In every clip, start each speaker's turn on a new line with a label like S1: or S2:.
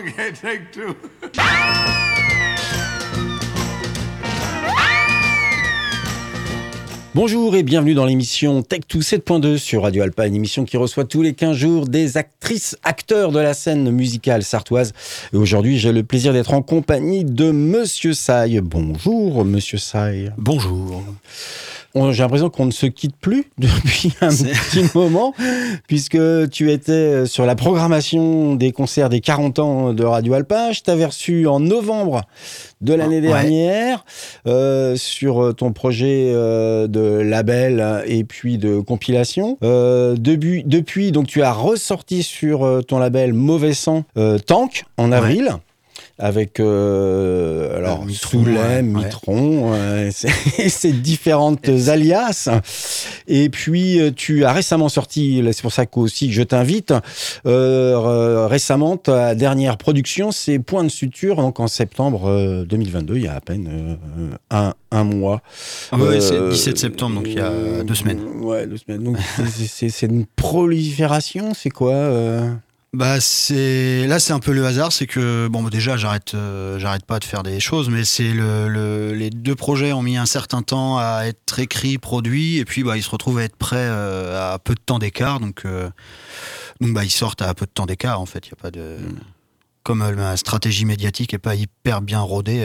S1: Okay, take two.
S2: Bonjour et bienvenue dans l'émission Tech2 7.2 sur Radio Alpa, une émission qui reçoit tous les 15 jours des actrices, acteurs de la scène musicale sartoise. Et aujourd'hui, j'ai le plaisir d'être en compagnie de Monsieur Saï. Bonjour, Monsieur Saï.
S3: Bonjour.
S2: J'ai l'impression qu'on ne se quitte plus depuis un petit moment, puisque tu étais sur la programmation des concerts des 40 ans de Radio Alpa. Je t'avais reçu en novembre de l'année dernière sur ton projet de label et puis de compilation. Depuis, donc, tu as ressorti sur ton label Mauvais Sang Tank en avril. Avec Soulet, Mitron, ces différentes alias. Et puis, tu as récemment sorti, c'est pour ça qu'aussi je t'invite, récemment, ta dernière production, c'est Point de suture, donc en septembre 2022, il y a à peine un mois.
S3: Ah oui, c'est le 17 septembre, donc il y a 2 semaines.
S2: Ouais, 2 semaines. Donc, c'est une prolifération, c'est quoi
S3: Bah c'est un peu le hasard, c'est que déjà j'arrête pas de faire des choses, mais c'est les 2 projets ont mis un certain temps à être écrits, produits, et puis ils se retrouvent à être prêts à peu de temps d'écart, donc ils sortent à peu de temps d'écart en fait, il y a pas de comme ma stratégie médiatique est pas hyper bien rodée.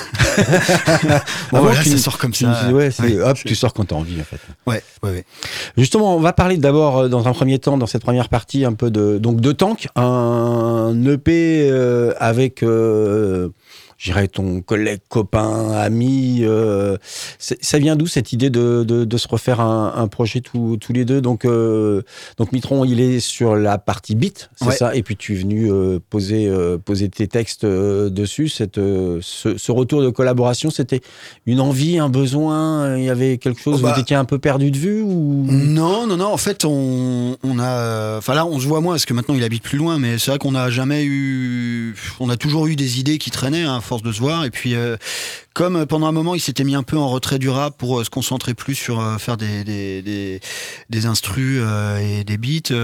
S3: Ça sort comme ça.
S2: Tu sors quand t'as envie, en fait.
S3: Ouais.
S2: Justement, on va parler d'abord, dans un premier temps, dans cette première partie, un peu de Tank, un EP avec... je dirais ton collègue, copain, ami. Ça vient d'où cette idée de se refaire un projet tous les deux? Donc Mitron, il est sur la partie beat, c'est ça? Et puis tu es venu poser tes textes dessus. Ce retour de collaboration, c'était une envie, un besoin? Il y avait quelque chose où vous étiez un peu perdu de vue ou...
S3: Non. En fait, on a... là, on se voit moins, parce que maintenant, il habite plus loin, mais c'est vrai qu'on n'a jamais eu... On a toujours eu des idées qui traînaient, hein, force de se voir, et puis comme pendant un moment il s'était mis un peu en retrait du rap pour se concentrer plus sur faire des instrus et des beats,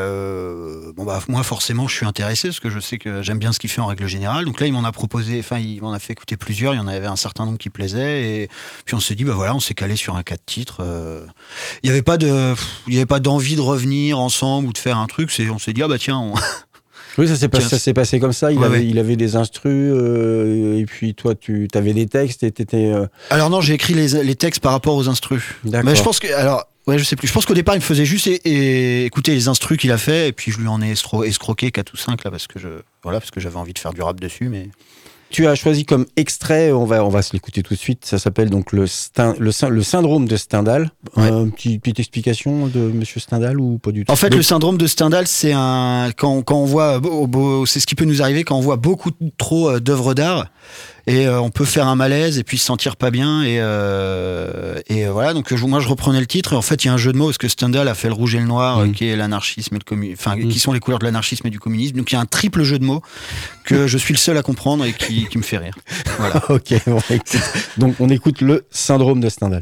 S3: moi forcément je suis intéressé parce que je sais que j'aime bien ce qu'il fait en règle générale, donc là il m'en a proposé, il m'en a fait écouter plusieurs, il y en avait un certain nombre qui plaisaient, et puis on s'est dit on s'est calé sur un 4 titres, il y avait pas d'envie de revenir ensemble ou de faire un truc, on s'est dit tiens
S2: Oui, ça s'est passé comme ça. Il avait des instrus, et puis toi, tu avais des textes et t'étais...
S3: Alors non, j'ai écrit les textes par rapport aux instrus.
S2: D'accord.
S3: Mais je pense que... je sais plus. Je pense qu'au départ, il me faisait juste écouter les instrus qu'il a fait, et puis je lui en ai escroqué 4 ou 5, là, parce que j'avais envie de faire du rap dessus, mais...
S2: Tu as choisi comme extrait, on va se l'écouter tout de suite, ça s'appelle donc le syndrome de Stendhal. Petite explication de Monsieur Stendhal ou pas du tout?
S3: En fait, le syndrome de Stendhal, c'est quand on voit, c'est ce qui peut nous arriver quand on voit beaucoup trop d'œuvres d'art, et on peut faire un malaise et puis se sentir pas bien, et voilà. Donc moi je reprenais le titre, et en fait il y a un jeu de mots parce que Stendhal a fait le rouge et le noir, qui est l'anarchisme et le communisme, qui sont les couleurs de l'anarchisme et du communisme. Donc il y a un triple jeu de mots que je suis le seul à comprendre et qui me fait rire. Voilà.
S2: Ok, écoute. Donc on écoute le syndrome de Stendhal.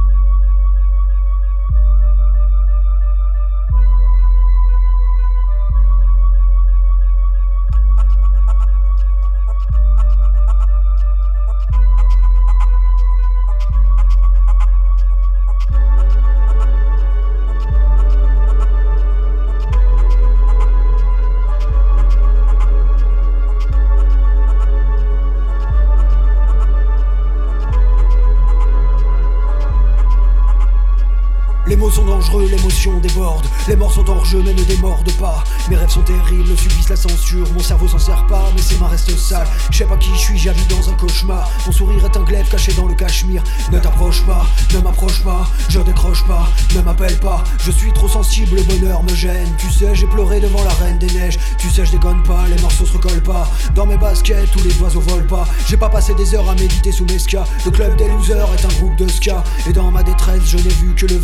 S4: Les mots sont dangereux, l'émotion déborde. Les morts sont hors jeu mais ne démordent pas. Mes rêves sont terribles, subissent la censure. Mon cerveau s'en sert pas, mais ses mains restent sales. Je sais pas qui je suis, j'habite dans un cauchemar. Mon sourire est un glaive caché dans le cachemire. Ne t'approche pas, ne m'approche pas. Je décroche pas, ne m'appelle pas. Je suis trop sensible, le bonheur me gêne. Tu sais, j'ai pleuré devant la reine des neiges. Tu sais, je déconne pas, les morceaux se recollent pas. Dans mes baskets, tous les oiseaux volent pas. J'ai pas passé des heures à méditer sous mes ska. Le club des losers est un groupe de ska. Et dans ma détresse, je n'ai vu que le vide, la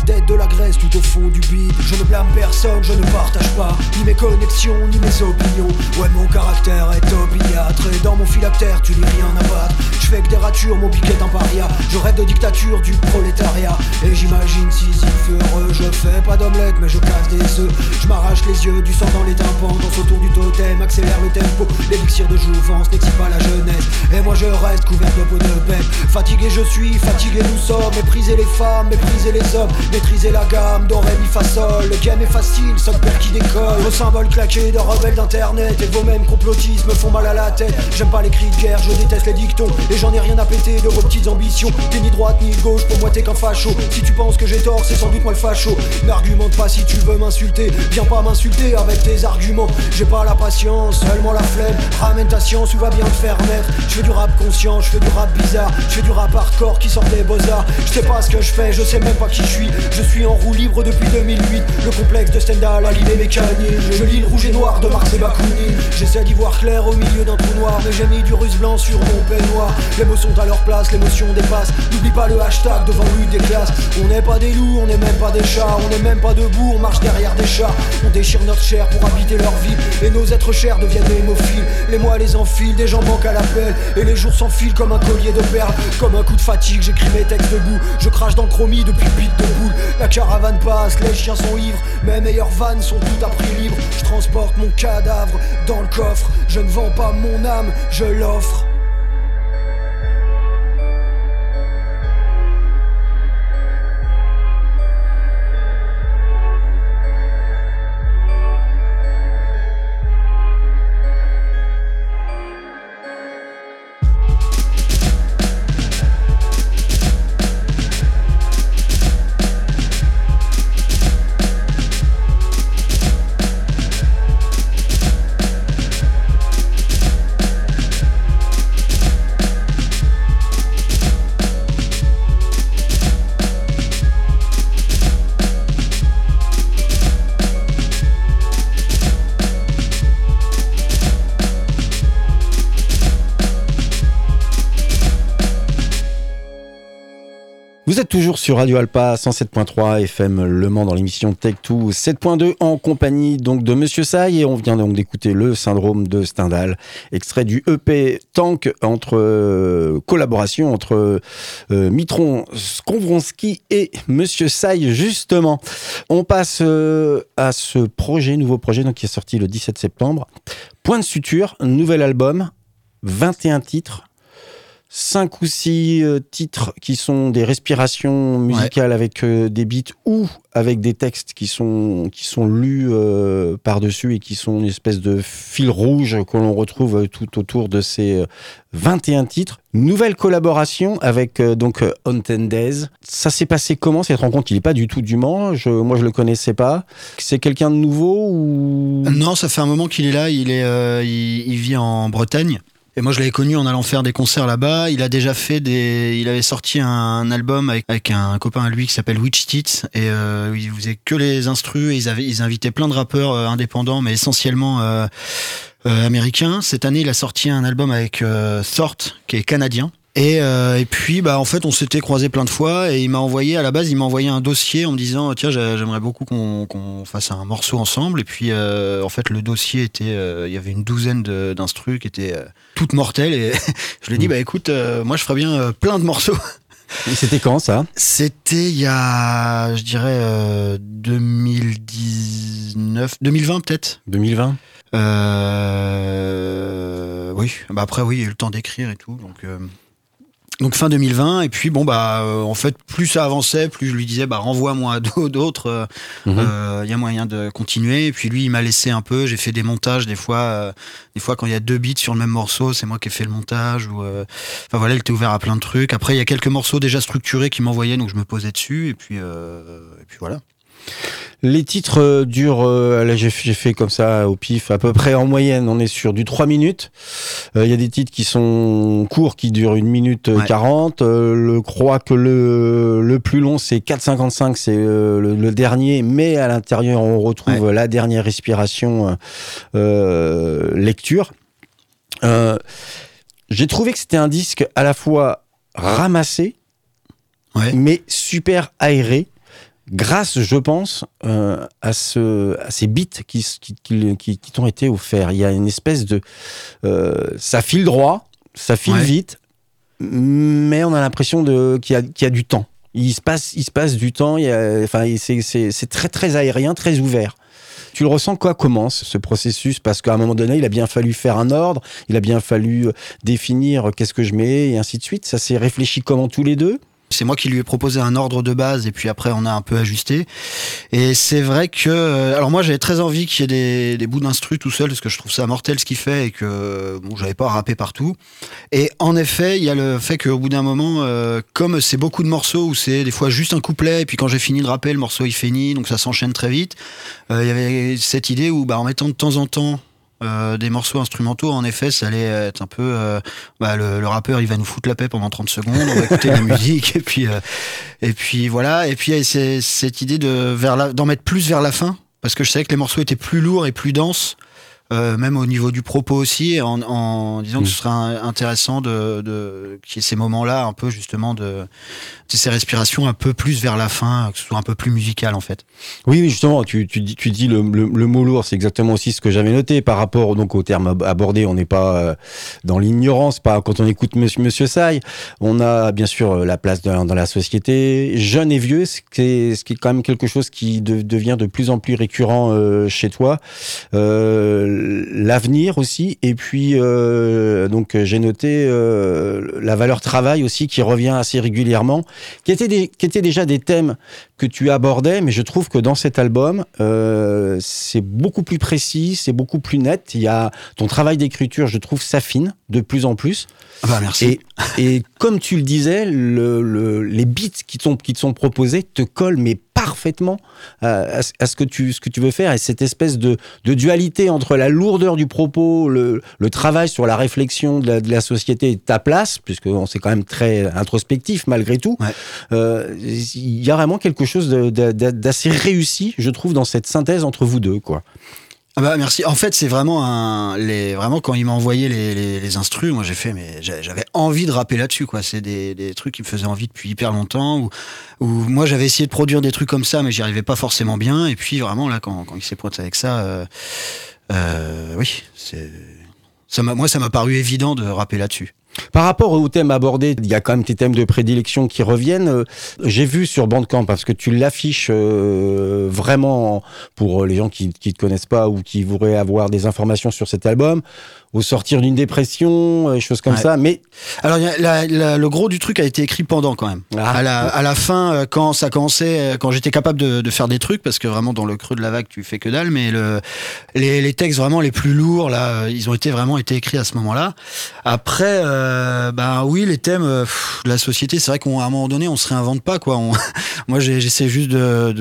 S4: dette de la graisse tout au fond du bide. Je ne blâme personne, je ne partage pas ni mes connexions, ni mes opinions. Ouais, mon caractère est opiniâtre et dans mon phylactère tu lis rien à battre. Je fais que des ratures, mon piquet est un paria. Je rêve de dictature du prolétariat et j'imagine Sisyphe heureux. Je fais pas d'omelette mais je casse des œufs. Je m'arrache les yeux, du sang dans les tympans. Danse autour du totem, accélère le tempo. L'élixir de jouvence n'excite pas la jeunesse. Et moi je reste couvert de peau de bête. Fatigué je suis, fatigué nous sommes. Mépriser les femmes, mépriser les hommes. Maîtriser la gamme, do, ré, mi, fa, sol. Le game est facile, seul père qui décolle. Vos symboles claqués de rebelles d'internet. Et vos mêmes complotistes me font mal à la tête. J'aime pas les cris de guerre, je déteste les dictons. Et j'en ai rien à péter de vos petites ambitions. T'es ni droite ni gauche, pour moi t'es qu'un facho. Si tu penses que j'ai tort, c'est sans doute moi le facho. N'argumente pas si tu veux m'insulter. Viens pas m'insulter avec tes arguments. J'ai pas la patience, seulement la flemme. Ramène ta science ou va bien te faire mettre. Je fais du rap conscient, je fais du rap bizarre. Je fais du rap hardcore qui sort des beaux-arts. Je sais pas ce que je fais, je sais même pas qui je suis. Je suis en roue libre depuis 2008. Le complexe de Stendhal a l'idée mécanique. Je lis le rouge et noir de Marx et Bakounine. J'essaie d'y voir clair au milieu d'un trou noir. Mais j'ai mis du russe blanc sur mon peignoir. Les mots sont à leur place, l'émotion dépasse. N'oublie pas le hashtag devant lutte des classes. On n'est pas des loups, on n'est même pas des chats. On n'est même pas debout, on marche derrière des chats. On déchire notre chair pour habiter leur vie. Et nos êtres chers deviennent hémophiles. Les mois les enfilent, des gens manquent à l'appel. Et les jours s'enfilent comme un collier de perles. Comme un coup de fatigue, j'écris mes textes debout. Je crache dans le chromie depuis le beat de boule. La caravane passe, les chiens sont ivres. Mes meilleures vannes sont toutes à prix libre. Je transporte mon cadavre dans le coffre. Je ne vends pas mon âme, je l'offre.
S2: Vous êtes toujours sur Radio Alpa 107.3 FM Le Mans dans l'émission Tech2 7.2 en compagnie donc de Monsieur Sai et on vient donc d'écouter Le Syndrome de Stendhal, extrait du EP Tank collaboration entre Mitron Skowronski et Monsieur Sai justement. On passe à ce nouveau projet donc qui est sorti le 17 septembre. Point de suture, nouvel album, 21 titres. 5 ou 6 titres qui sont des respirations musicales avec des beats ou avec des textes qui sont lus par-dessus et qui sont une espèce de fil rouge que l'on retrouve tout autour de ces 21 titres. Nouvelle collaboration avec donc Haunted Days. Ça s'est passé comment cette rencontre? Il n'est pas du tout du Mans, moi je le connaissais pas. C'est quelqu'un de nouveau ou...
S3: Non, ça fait un moment qu'il est là, il vit en Bretagne. Et moi, je l'avais connu en allant faire des concerts là-bas. Il a déjà il avait sorti un album avec un copain à lui qui s'appelle Witch Tits. Et il faisait que les instrus. Et ils invitaient plein de rappeurs indépendants, mais essentiellement américains. Cette année, il a sorti un album avec Thort, qui est canadien. Et puis en fait on s'était croisés plein de fois et il m'a envoyé un dossier en me disant tiens j'aimerais beaucoup qu'on fasse un morceau ensemble et puis en fait le dossier était il y avait une douzaine d'instrus qui étaient toutes mortelles et je lui ai dit écoute moi je ferais bien plein de morceaux.
S2: Et c'était quand ça?
S3: C'était il y a je dirais 2019 2020 peut-être.
S2: 2020.
S3: Oui après oui il y a eu le temps d'écrire et tout donc fin 2020 et puis en fait plus ça avançait plus je lui disais renvoie-moi d'autres y a moyen de continuer et puis lui il m'a laissé un peu j'ai fait des montages des fois quand il y a 2 beats sur le même morceau c'est moi qui ai fait le montage ou il était ouvert à plein de trucs après il y a quelques morceaux déjà structurés qui m'envoyaient donc je me posais dessus et puis voilà.
S2: Les titres durent, là j'ai fait comme ça au pif, à peu près en moyenne, on est sur du 3 minutes. Il y a des titres qui sont courts, qui durent 1 minute 40. Je crois que le plus long c'est 4,55, c'est le dernier, mais à l'intérieur on retrouve la dernière respiration lecture. J'ai trouvé que c'était un disque à la fois ramassé, mais super aéré. grâce, je pense, à ces beats qui t'ont été offerts. Il y a une espèce de... ça file droit, ça file vite, mais on a l'impression qu'il y a du temps. Il se passe du temps, c'est très, très aérien, très ouvert. Tu le ressens comment ce processus? Parce qu'à un moment donné, il a bien fallu faire un ordre, il a bien fallu définir qu'est-ce que je mets, et ainsi de suite. Ça s'est réfléchi comment tous les deux?
S3: C'est moi qui lui ai proposé un ordre de base et puis après on a un peu ajusté. Et c'est vrai que... alors moi j'avais très envie qu'il y ait des bouts d'instru tout seul parce que je trouve ça mortel ce qu'il fait et que j'avais pas à rapper partout. Et en effet, il y a le fait qu'au bout d'un moment, comme c'est beaucoup de morceaux où c'est des fois juste un couplet et puis quand j'ai fini de rapper, le morceau il finit, donc ça s'enchaîne très vite. Il y avait cette idée où en mettant de temps en temps des morceaux instrumentaux, en effet, ça allait être un peu... le rappeur, il va nous foutre la paix pendant 30 secondes, on va écouter la musique, et puis voilà. Et puis, c'est cette idée d'en mettre plus vers la fin, parce que je savais que les morceaux étaient plus lourds et plus denses, même au niveau du propos aussi, en disant que ce serait intéressant de qu'il y ait ces moments-là, un peu justement ces respirations un peu plus vers la fin, que ce soit un peu plus musical en fait.
S2: Oui, justement, tu dis le mot lourd, c'est exactement aussi ce que j'avais noté par rapport donc au terme abordé. On n'est pas dans l'ignorance, pas quand on écoute Monsieur Sai. On a bien sûr la place dans la société, jeune et vieux, ce qui est quand même quelque chose qui devient de plus en plus récurrent chez toi. L'avenir aussi, et puis donc j'ai noté la valeur travail aussi qui revient assez régulièrement, qui étaient déjà des thèmes que tu abordais, mais je trouve que dans cet album c'est beaucoup plus précis, c'est beaucoup plus net. Il y a ton travail d'écriture, je trouve, s'affine de plus en plus.
S3: Merci.
S2: Et comme tu le disais, les beats qui te sont proposés te collent mais parfaitement à ce que tu veux faire, et cette espèce de dualité entre la lourdeur du propos, le travail sur la réflexion de la société et de ta place, puisque c'est quand même très introspectif malgré tout. Il y a vraiment quelque chose d'assez réussi, je trouve, dans cette synthèse entre vous deux, quoi.
S3: Merci. En fait, c'est vraiment vraiment quand il m'a envoyé les instrus, moi j'avais envie de rapper là-dessus, quoi. C'est des trucs qui me faisaient envie depuis hyper longtemps, où moi j'avais essayé de produire des trucs comme ça, mais j'y arrivais pas forcément bien. Et puis vraiment là, quand il s'est pointé avec ça, oui, ça m'a paru évident de rapper là-dessus.
S2: Par rapport au thème abordé, il y a quand même tes thèmes de prédilection qui reviennent. J'ai vu sur Bandcamp, parce que tu l'affiches vraiment pour les gens qui ne te connaissent pas ou qui voudraient avoir des informations sur cet album, au sortir d'une dépression, choses comme ça. Mais
S3: alors le gros du truc a été écrit pendant quand même. À la fin, quand ça commençait, quand j'étais capable de faire des trucs, parce que vraiment dans le creux de la vague tu fais que dalle, mais les textes vraiment les plus lourds là, ils ont vraiment été écrits à ce moment-là. Après, oui, les thèmes de la société, c'est vrai qu'à un moment donné on se réinvente pas, quoi. Moi j'essaie juste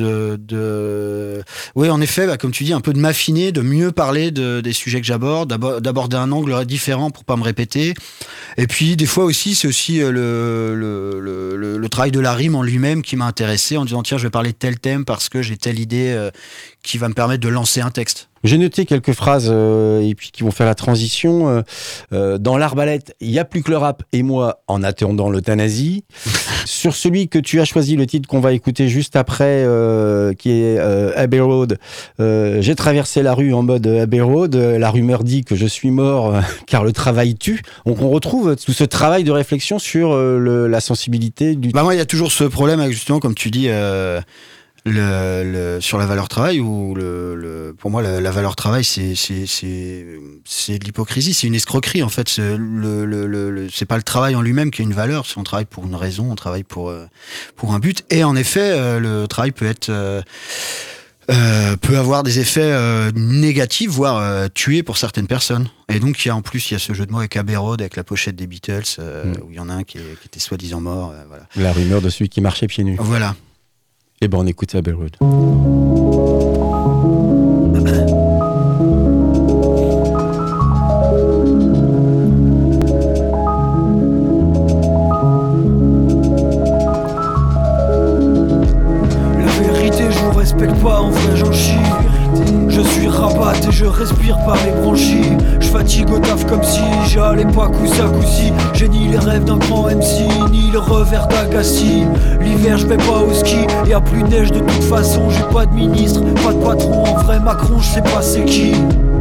S3: oui, en effet, comme tu dis, un peu de m'affiner, de mieux parler des sujets que j'aborde, d'aborder un angle différent pour pas me répéter. Et puis des fois aussi, c'est aussi le travail de la rime en lui-même qui m'a intéressé, en disant tiens, je vais parler de tel thème parce que j'ai telle idée qui va me permettre de lancer un texte.
S2: J'ai noté quelques phrases et puis qui vont faire la transition. Dans l'arbalète, il n'y a plus que le rap et moi en attendant l'euthanasie. Sur celui que tu as choisi, le titre qu'on va écouter juste après, qui est Abbey Road, j'ai traversé la rue en mode Abbey Road. La rumeur dit que je suis mort car le travail tue. Donc on retrouve tout ce travail de réflexion sur la sensibilité du...
S3: Moi, il y a toujours ce problème avec, justement, comme tu dis... sur la valeur travail, ou pour moi la valeur travail c'est de l'hypocrisie, c'est une escroquerie en fait. C'est pas le travail en lui-même qui a une valeur, si on travaille pour une raison, on travaille pour un but. Et en effet, le travail peut avoir des effets négatifs, voire tuer pour certaines personnes. Et donc il y a ce jeu de mots avec Abbey Road, avec la pochette des Beatles, où il y en a un qui était soi-disant mort, voilà.
S2: La rumeur de celui qui marchait pieds nus.
S3: Voilà.
S2: Et on écoute Abbey Road.
S4: La vérité, je vous respecte pas, en vrai j'en chie. Je suis rabat tête et je respire par les branchies. Je fatigue au taf comme si j'allais pas coup ça coup-ci. J'ai ni les rêves d'un grand MC, ni le revers d'Agassi. L'hiver je vais pas au ski, y a plus de neige de toute façon. J'ai pas de ministre, pas de patron. En vrai Macron je sais pas c'est qui.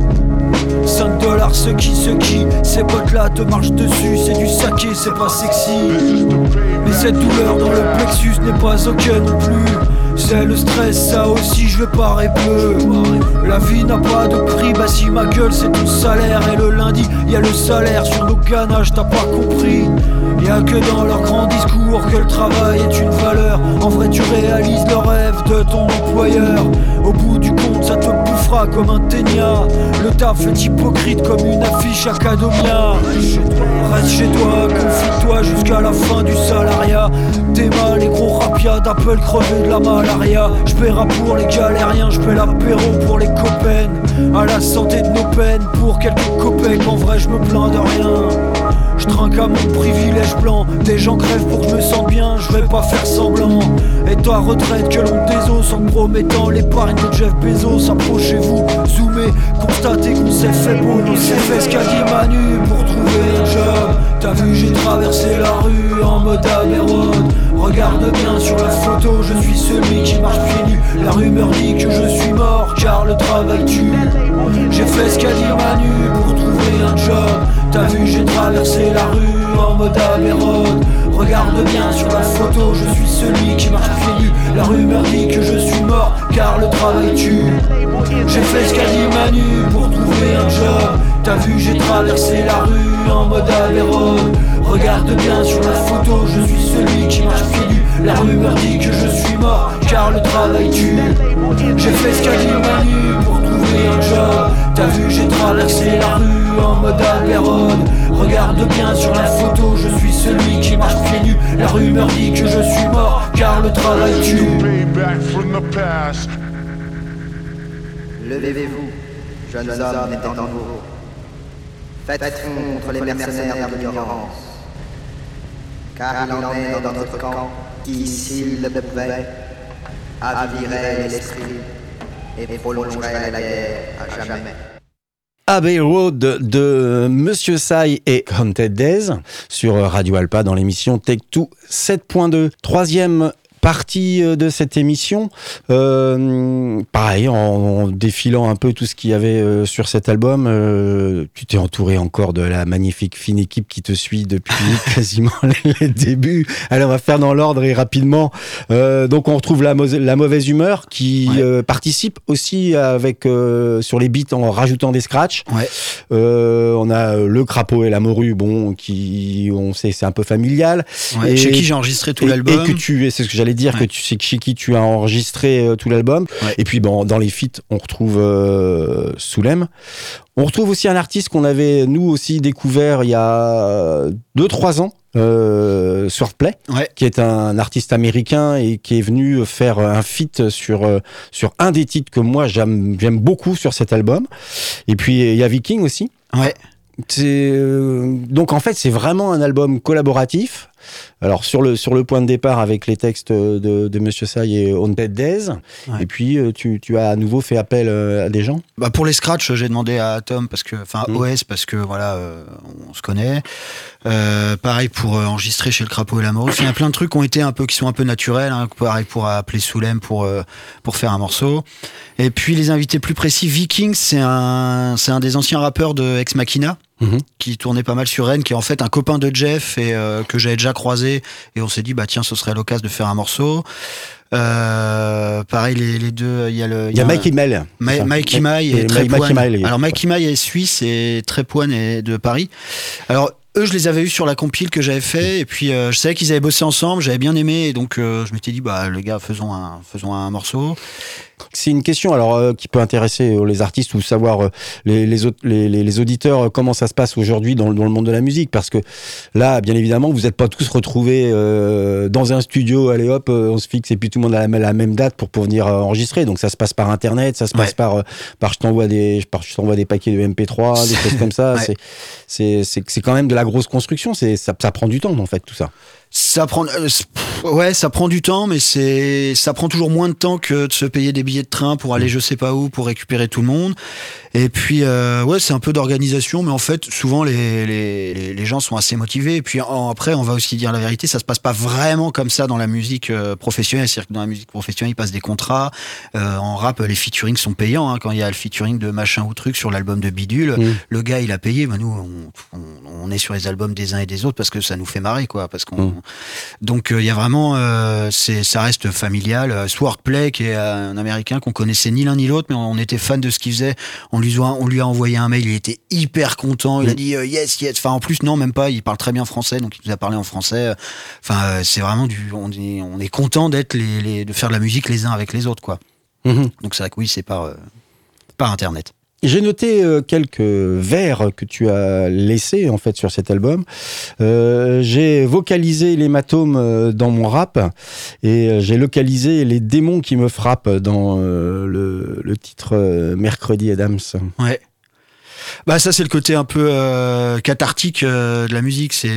S4: 5 $ ce qui, ces potes là te marchent dessus. C'est du saké, c'est pas sexy. Mais cette douleur dans le plexus n'est pas ok non plus. C'est le stress, ça aussi je vais parer bleu. La vie n'a pas de prix, bah si ma gueule c'est ton salaire. Et le lundi y'a le salaire sur nos ganaches, t'as pas compris. Y'a que dans leur grand discours que le travail est une valeur. En vrai tu réalises le rêve de ton employeur. Au bout du compte ça te bouffera comme un ténia. Le taf est hypocrite comme une affiche Academia. Reste chez toi, confie-toi jusqu'à la fin du salariat. T'es mal les gros rapias d'Apple crevés de la malaria. J'paierai pour les galériens, j'paie l'apéro pour les copains. À la santé de nos peines, pour quelques copecs. En vrai j'me plains de rien. Je trinque à mon privilège blanc. Des gens crèvent pour que je me sente bien, je vais pas faire semblant. Et toi retraite que l'on des os en promettant l'épargne de Jeff Bezos. Approchez-vous, zoomez, constatez qu'on s'est fait beau. On s'est fait ce qu'a dit Manu pour trouver un job. T'as vu j'ai traversé la rue en mode Aberrod. Regarde bien sur la photo, je suis celui qui marche pieds nus. La rumeur dit que je suis mort car le travail tue. J'ai fait ce qu'a dit Manu pour trouver un job. T'as vu j'ai traversé la rue en mode Aberrod. Regarde bien sur la photo, je suis celui qui marche pieds nus. La rumeur dit que je suis mort car le travail tue. J'ai fait ce qu'a dit Manu pour trouver un job. T'as vu j'ai traversé la rue en mode Aberrod. Regarde bien sur la photo, je suis celui qui marche pieds nus. La rumeur dit que je suis mort car le travail tue. J'ai fait ce qu'a dit Manu pour trouver un job. T'as vu j'ai traversé la rue en mode Aberrod. Regarde bien sur la photo, je suis celui qui marche pieds nus. La rumeur dit que je suis mort car le travail tue.
S1: Levez-vous, jeunes hommes étant nouveaux. Faites front contre les mercenaires de l'ignorance. Car il en est dans notre camp qui, s'il le pouvait, avirait l'esprit et prolongerait la guerre à jamais.
S2: Abbey Road de Monsieur Sai et Haunted Days sur Radio Alpa dans l'émission Take 2 7.2. Troisième partie de cette émission, pareil, en défilant un peu tout ce qu'il y avait sur cet album, tu t'es entouré encore de la magnifique fine équipe qui te suit depuis quasiment les débuts. Allez, on va faire dans l'ordre et rapidement. Donc on retrouve la mauvaise humeur qui participe aussi avec sur les beats en rajoutant des scratchs. On a le crapaud et la morue, bon, qui on sait c'est un peu familial.
S3: Et chez qui j'ai enregistré tout l'album.
S2: Et que c'est ce que j'allais dire, que tu sais chez qui tu as enregistré tout l'album. Et puis bon, dans les feats, on retrouve Soulem. On retrouve aussi un artiste qu'on avait nous aussi découvert il y a 2-3 ans. Swordplay, qui est un artiste américain et qui est venu faire un feat sur un des titres que moi j'aime beaucoup sur cet album. Et puis il y a Viking aussi. Donc en fait c'est vraiment un album collaboratif. Alors sur le point de départ avec les textes de Monsieur Sai et Haunted Days, et puis tu as à nouveau fait appel à des gens.
S3: Bah pour les scratchs j'ai demandé à Tom OS parce que voilà on se connaît. Pareil pour enregistrer chez le Crapaud et la Morue. Il y a plein de trucs qui sont un peu naturels. Pareil pour appeler Soulem pour faire un morceau. Et puis les invités plus précis, Viking c'est un des anciens rappeurs de Ex Machina. Qui tournait pas mal sur Rennes, qui est en fait un copain de Jeff et que j'avais déjà croisé, et on s'est dit bah tiens ce serait l'occasion de faire un morceau. Pareil les deux, il y a
S2: Mikey Mel.
S3: Mikey Mai et Trépoine. Alors Mikey Mai est suisse et Trépoine est de Paris. Alors eux, je les avais eus sur la compile que j'avais fait, et puis je savais qu'ils avaient bossé ensemble, j'avais bien aimé, et donc je m'étais dit bah les gars faisons un morceau.
S2: C'est une question alors qui peut intéresser les artistes ou savoir les auditeurs comment ça se passe aujourd'hui dans le monde de la musique, parce que là bien évidemment vous n'êtes pas tous retrouvés dans un studio, allez hop on se fixe et puis tout le monde a la même date pour venir enregistrer, donc ça se passe par internet, ça se passe par je t'envoie des paquets de MP3, des choses comme ça. C'est quand même de la grosse construction, ça prend du temps en fait tout ça.
S3: Ça prend Ouais, ça prend du temps, mais ça prend toujours moins de temps que de se payer des billets de train pour aller je sais pas où pour récupérer tout le monde. Et puis ouais, c'est un peu d'organisation, mais en fait souvent les gens sont assez motivés. Et puis après, on va aussi dire la vérité, ça se passe pas vraiment comme ça dans la musique professionnelle. C'est-à-dire que dans la musique professionnelle, ils passent des contrats. En rap, les featuring sont payants. Quand il y a le featuring de machin ou truc sur l'album de Bidule, le gars il a payé. Nous, on est sur les albums des uns et des autres parce que ça nous fait marrer, quoi. Parce qu'on donc il y a vraiment ça reste familial. Swordplay, qui est un Américain qu'on connaissait ni l'un ni l'autre, mais on était fan de ce qu'il faisait. On lui a envoyé un mail, il était hyper content, il a dit yes. Enfin en plus non, même pas, il parle très bien français, donc il nous a parlé en français. Enfin c'est vraiment on est content d'être de faire de la musique les uns avec les autres, quoi. Donc c'est vrai que oui, c'est par internet.
S2: J'ai noté quelques vers que tu as laissés en fait sur cet album. J'ai vocalisé l'hématome dans mon rap et j'ai localisé les démons qui me frappent dans le titre Mercredi Adams. Ouais.
S3: Bah ça c'est le côté un peu cathartique de la musique. C'est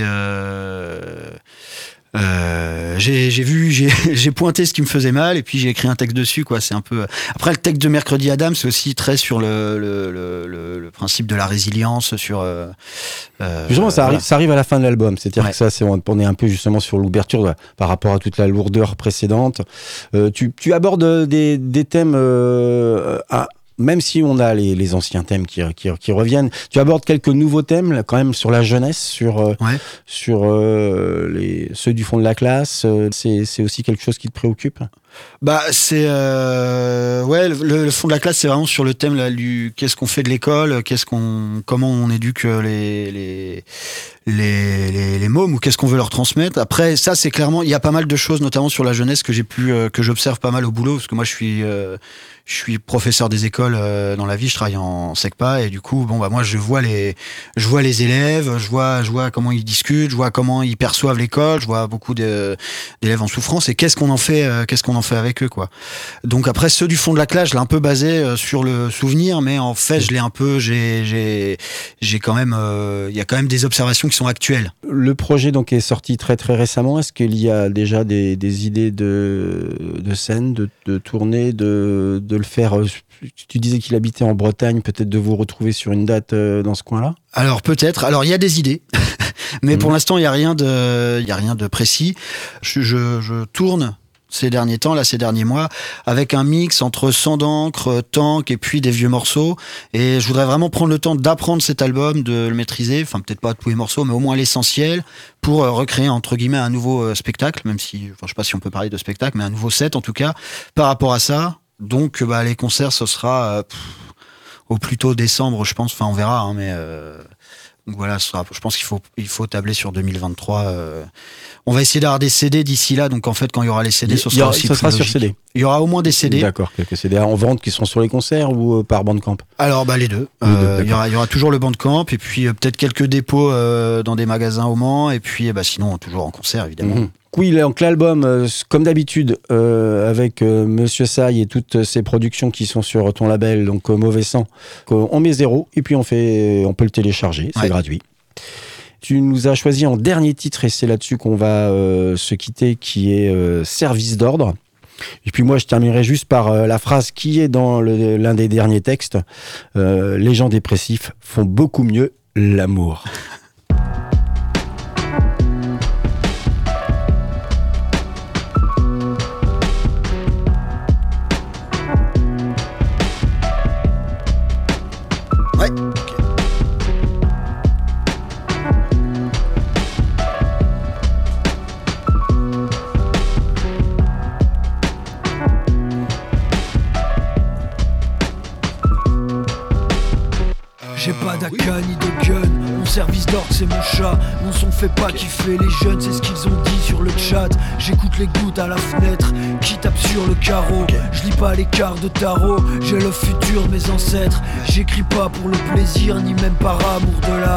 S3: j'ai pointé ce qui me faisait mal et puis j'ai écrit un texte dessus, quoi. C'est un peu. Après le texte de Mercredi Adam, c'est aussi très sur le principe de la résilience, sur.
S2: Justement, ça arrive à la fin de l'album. C'est-à-dire que ça, on est un peu justement sur l'ouverture par rapport à toute la lourdeur précédente. Tu abordes des thèmes. Même si on a les anciens thèmes qui reviennent, tu abordes quelques nouveaux thèmes là, quand même sur la jeunesse, sur ceux du fond de la classe. C'est aussi quelque chose qui te préoccupe?
S3: Bah c'est le fond de la classe, c'est vraiment sur le thème là, qu'est-ce qu'on fait de l'école, comment on éduque les mômes, ou qu'est-ce qu'on veut leur transmettre. Après ça, c'est clairement, il y a pas mal de choses, notamment sur la jeunesse, que j'observe pas mal au boulot, parce que moi je suis professeur des écoles dans la vie, je travaille en SECPA, et du coup moi je vois les élèves, je vois comment ils discutent, je vois comment ils perçoivent l'école, je vois beaucoup d'élèves en souffrance, et qu'est-ce qu'on en fait avec eux, quoi. Donc après, ceux du fond de la classe, je l'ai un peu basé sur le souvenir, mais en fait j'ai quand même il y a quand même des observations qui sont actuelles.
S2: Le projet donc est sorti très très récemment. Est-ce qu'il y a déjà des idées de scène, de tournée, de le faire? Tu disais qu'il habitait en Bretagne, peut-être de vous retrouver sur une date dans ce coin-là?
S3: Alors peut-être. Alors il y a des idées, mais pour l'instant il y a rien de précis. Je tourne ces derniers mois, avec un mix entre Sang d'encre, Tank et puis des vieux morceaux. Et je voudrais vraiment prendre le temps d'apprendre cet album, de le maîtriser, enfin peut-être pas tous les morceaux, mais au moins l'essentiel, pour recréer entre guillemets un nouveau spectacle, même si, je sais pas si on peut parler de spectacle, mais un nouveau set en tout cas, par rapport à ça. Donc les concerts, ce sera au plus tôt décembre, je pense, enfin on verra, hein, mais... Donc voilà, je pense qu'il faut tabler sur 2023. On va essayer d'avoir des CD d'ici là. Donc en fait, quand il y aura les CD, ce sera
S2: sur CD.
S3: Il y aura au moins des CD.
S2: D'accord, quelques CD en vente qui seront sur les concerts ou par Bandcamp?
S3: Alors les deux. Il y aura toujours le Bandcamp et puis peut-être quelques dépôts dans des magasins au Mans et puis sinon toujours en concert évidemment.
S2: Oui, donc l'album, comme d'habitude, avec Monsieur Sai et toutes ses productions qui sont sur ton label, donc Mauvais Sang, on met 0 et puis on peut le télécharger, c'est gratuit. Tu nous as choisi en dernier titre et c'est là-dessus qu'on va se quitter, qui est Service d'ordre. Et puis moi, je terminerai juste par la phrase qui est dans l'un des derniers textes. Les gens dépressifs font beaucoup mieux l'amour.
S4: J'ai pas d'AK ni de gun, mon service d'ordre c'est mon chat. Mon son fait pas kiffer les jeunes, c'est ce qu'ils ont dit sur le chat. J'écoute les gouttes à la fenêtre qui tapent sur le carreau. Je lis pas les cartes de tarot, j'ai le futur de mes ancêtres. J'écris pas pour le plaisir ni même par amour de l'art.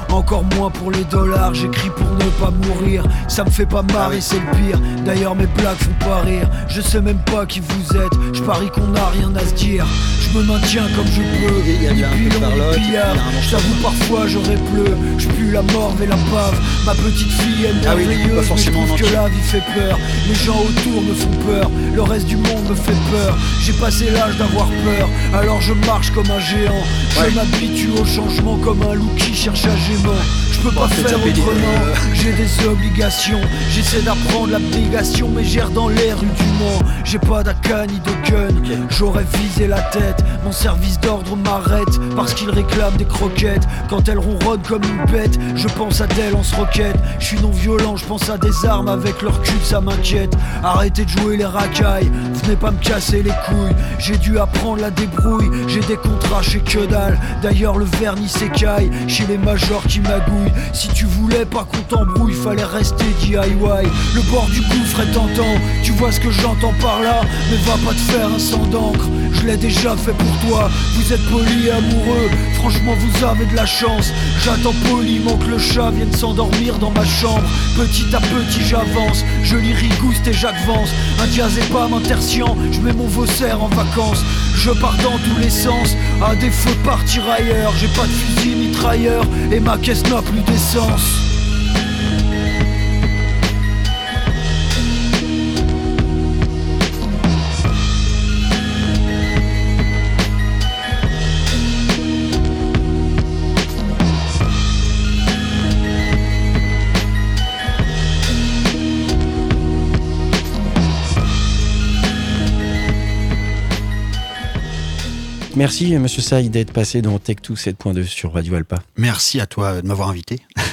S4: encore moins pour les dollars. J'écris pour ne pas mourir, ça me fait pas marrer, c'est le pire. D'ailleurs mes blagues font pas rire, je sais même pas qui vous êtes. Je parie qu'on n'a rien à se dire, je me maintiens comme je peux. Ni pilon ni pillard, je t'avoue parfois je répleu. Je pue la morve et la pave, ma petite fille est merveilleuse, mais je trouve que la vie fait peur. Les gens autour me font peur, le reste du monde me fait peur. J'ai passé l'âge d'avoir peur, alors je marche comme un géant. Je m'habitue au changement comme un loup qui cherche un gément. Je peux pas faire autrement, j'ai des obligations. J'essaie d'apprendre l'abnégation, mais j'erre dans les rues du Mans. J'ai pas d'AK ni de gun, j'aurais visé la tête. Mon service d'ordre m'arrête parce qu'il réclame des croquettes. Quand elle ronronne comme une bête, je pense à d'elle en se roquette. Je suis non violent, je pense à des armes, avec leur cul ça m'inquiète. Arrêtez de jouer les racailles, venez pas me casser les couilles. J'ai dû apprendre la débrouille, j'ai des contrats chez que dalle. D'ailleurs le vernis s'écaille chez les majors qui magouillent. Si tu voulais pas qu'on t'embrouille, fallait rester DIY. Le bord du gouffre est tentant, tu vois ce que j'entends par là. Mais va pas te faire un sang d'encre, je l'ai déjà fait pour toi. Vous êtes poli et amoureux, franchement vous avez de la chance. J'attends poliment que le chat vienne s'endormir dans ma chambre. Petit à petit j'avance, je lis Rigouste et Jacques Vance. Un diazépam, un tertian, je mets mon Vaussaire en vacances. Je pars dans tous les sens, à défaut de partir ailleurs. J'ai pas de fusil mitrailleur et ma caisse n'a plus d'essence.
S2: Merci, monsieur Saïd, d'être passé dans Tech2 7.2 sur Radio Alpa.
S3: Merci à toi de m'avoir invité.